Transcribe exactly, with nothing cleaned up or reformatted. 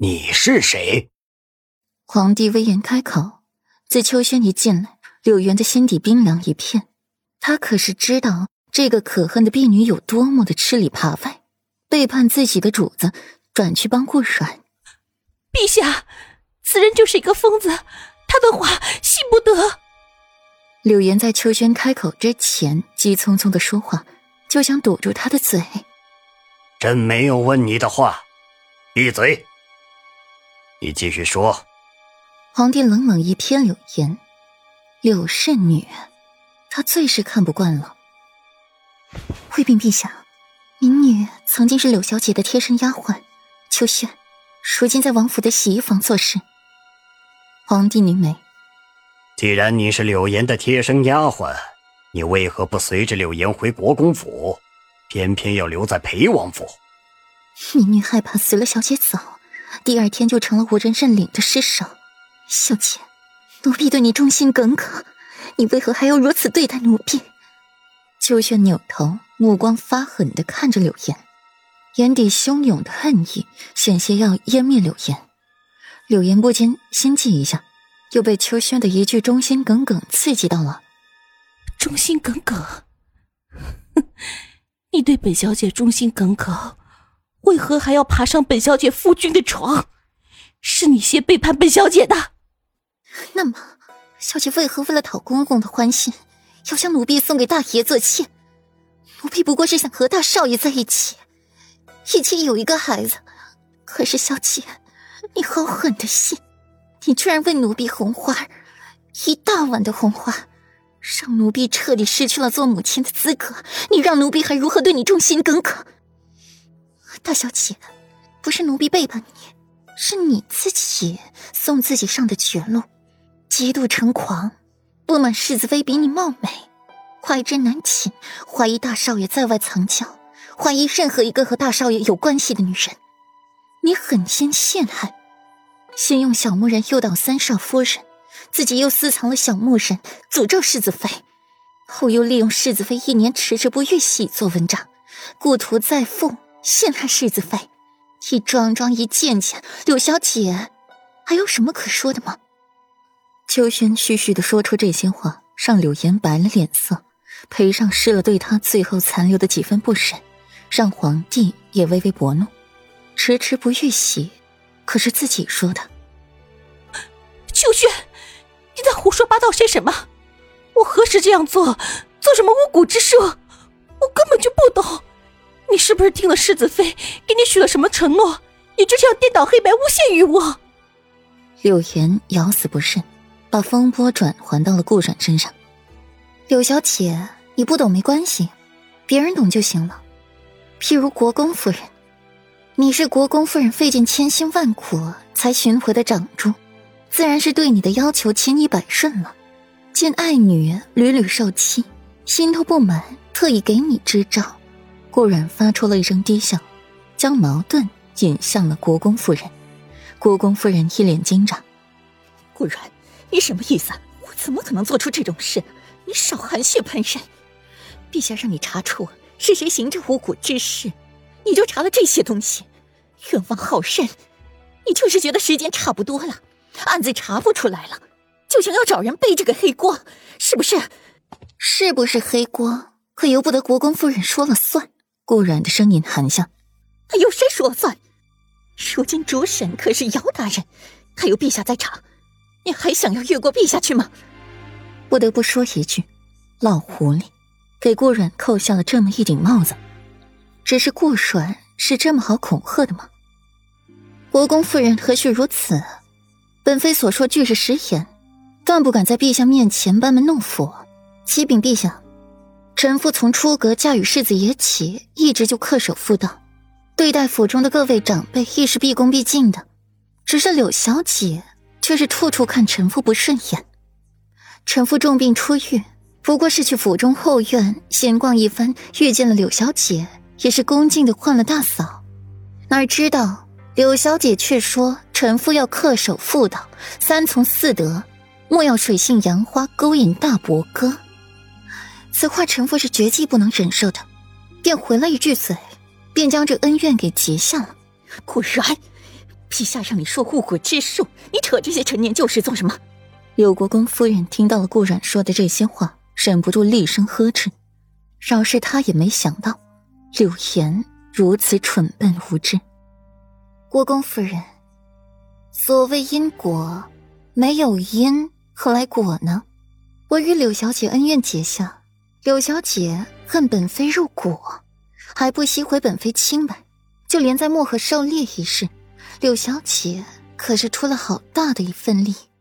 你是谁？ 皇帝威严开口，自秋轩一进来，柳原的心底冰凉一片。他可是知道这个可恨的婢女有多么的吃里扒外，背叛自己的主子，转去帮顾阮。 陛下，此人就是一个疯子，他的话信不得。 柳岩在秋轩开口之前急匆匆地说话，就想堵住他的嘴。 朕没有问你的话，闭嘴。你继续说。 皇帝冷冷一瞥柳岩，柳氏女，他最是看不惯了。回禀陛下，民女曾经是柳小姐的贴身丫鬟秋轩，如今在王府的洗衣房做事。皇帝凝眉， 既然你是柳岩的贴身丫鬟，你为何不随着柳岩回国公府，偏偏要留在裴王府？ 民女害怕随了小姐走，第二天就成了无人认领的尸首。小姐，奴婢对你忠心耿耿，你为何还要如此对待奴婢？秋轩扭头，目光发狠地看着柳岩，眼底汹涌的恨意险些要湮灭柳岩。柳岩不禁心悸一下，又被秋轩的一句忠心耿耿刺激到了。 忠心耿耿？你对本小姐忠心耿耿，为何还要爬上本小姐夫君的床？是你先背叛本小姐的。 那么小姐为何为了讨公公的欢心，要将奴婢送给大爷做妾？奴婢不过是想和大少爷在一起，一起有一个孩子。可是小姐，你好狠的心，你居然为奴婢红花，一大碗的红花，让奴婢彻底失去了做母亲的资格，你让奴婢还如何对你忠心耿耿？大小姐，不是奴婢背叛你，是你自己送自己上的绝路，极度成狂，不满世子妃比你貌美，怀之难寝，怀疑大少爷在外藏娇，怀疑任何一个和大少爷有关系的女人。你狠心陷害，先用小木人诱导三少夫人，自己又私藏了小木人，诅咒世子妃，后又利用世子妃一年迟迟不遇喜做文章，故图再复陷害世子妃。一桩桩一件件，柳小姐还有什么可说的吗？秋轩絮絮地说出这些话，让柳岩白了脸色，赔上失了对他最后残留的几分不忍，让皇帝也微微薄怒。迟迟不遇喜，可是自己说的。 秋轩，你在胡说八道些什么？我何时这样做？做什么巫蛊之事？我根本就不懂。你是不是听了世子妃给你许了什么承诺，你就这样颠倒黑白诬陷于我？ 柳岩咬死不认，把风波转还到了顾阮身上。柳小姐，你不懂没关系，别人懂就行了。譬如国公夫人，你是国公夫人费尽千辛万苦才寻回的长珠，自然是对你的要求千依百顺了。见爱女屡屡受欺，心头不满，特意给你支招。顾阮发出了一声低笑，将矛盾引向了国公夫人。国公夫人一脸惊讶： 顾阮，你什么意思？我怎么可能做出这种事？你少含血喷人！陛下让你查出是谁行这巫蛊之事，你就查了这些东西，冤枉好甚！你就是觉得时间差不多了，案子查不出来了，就想要找人背这个黑锅，是不是？ 是不是黑锅，可由不得国公夫人说了算。顾阮的声音含笑： 有谁说了算？如今主审可是姚大人，还有陛下在场，你还想要越过陛下去吗？ 不得不说一句，老狐狸给顾阮扣下了这么一顶帽子。只是顾阮是这么好恐吓的吗？国公夫人何须如此？本妃所说俱是实言，断不敢在陛下面前班门弄斧。启禀陛下，臣妇从出阁嫁与世子爷起，一直就恪守妇道，对待府中的各位长辈亦是毕恭毕敬的。只是柳小姐却是处处看臣妇不顺眼。臣妇重病初愈，不过是去府中后院闲逛一番，遇见了柳小姐，也是恭敬地换了大嫂。哪知道柳小姐却说臣妇要恪守妇道，三从四德，莫要水性杨花，勾引大伯哥。此话臣妇是绝技不能忍受的，便回了一句嘴，便将这恩怨给结下了。 果然， 陛下让你说巫蛊之术，你扯这些陈年旧事做什么？ 柳国公夫人听到了顾阮说的这些话，忍不住厉声呵斥。饶是她也没想到，柳岩如此蠢笨无知。国公夫人，所谓因果，没有因，何来果呢？我与柳小姐恩怨结下，柳小姐恨本妃入果，还不惜毁本妃清白，就连在漠河狩猎一事，柳小姐可是出了好大的一份力。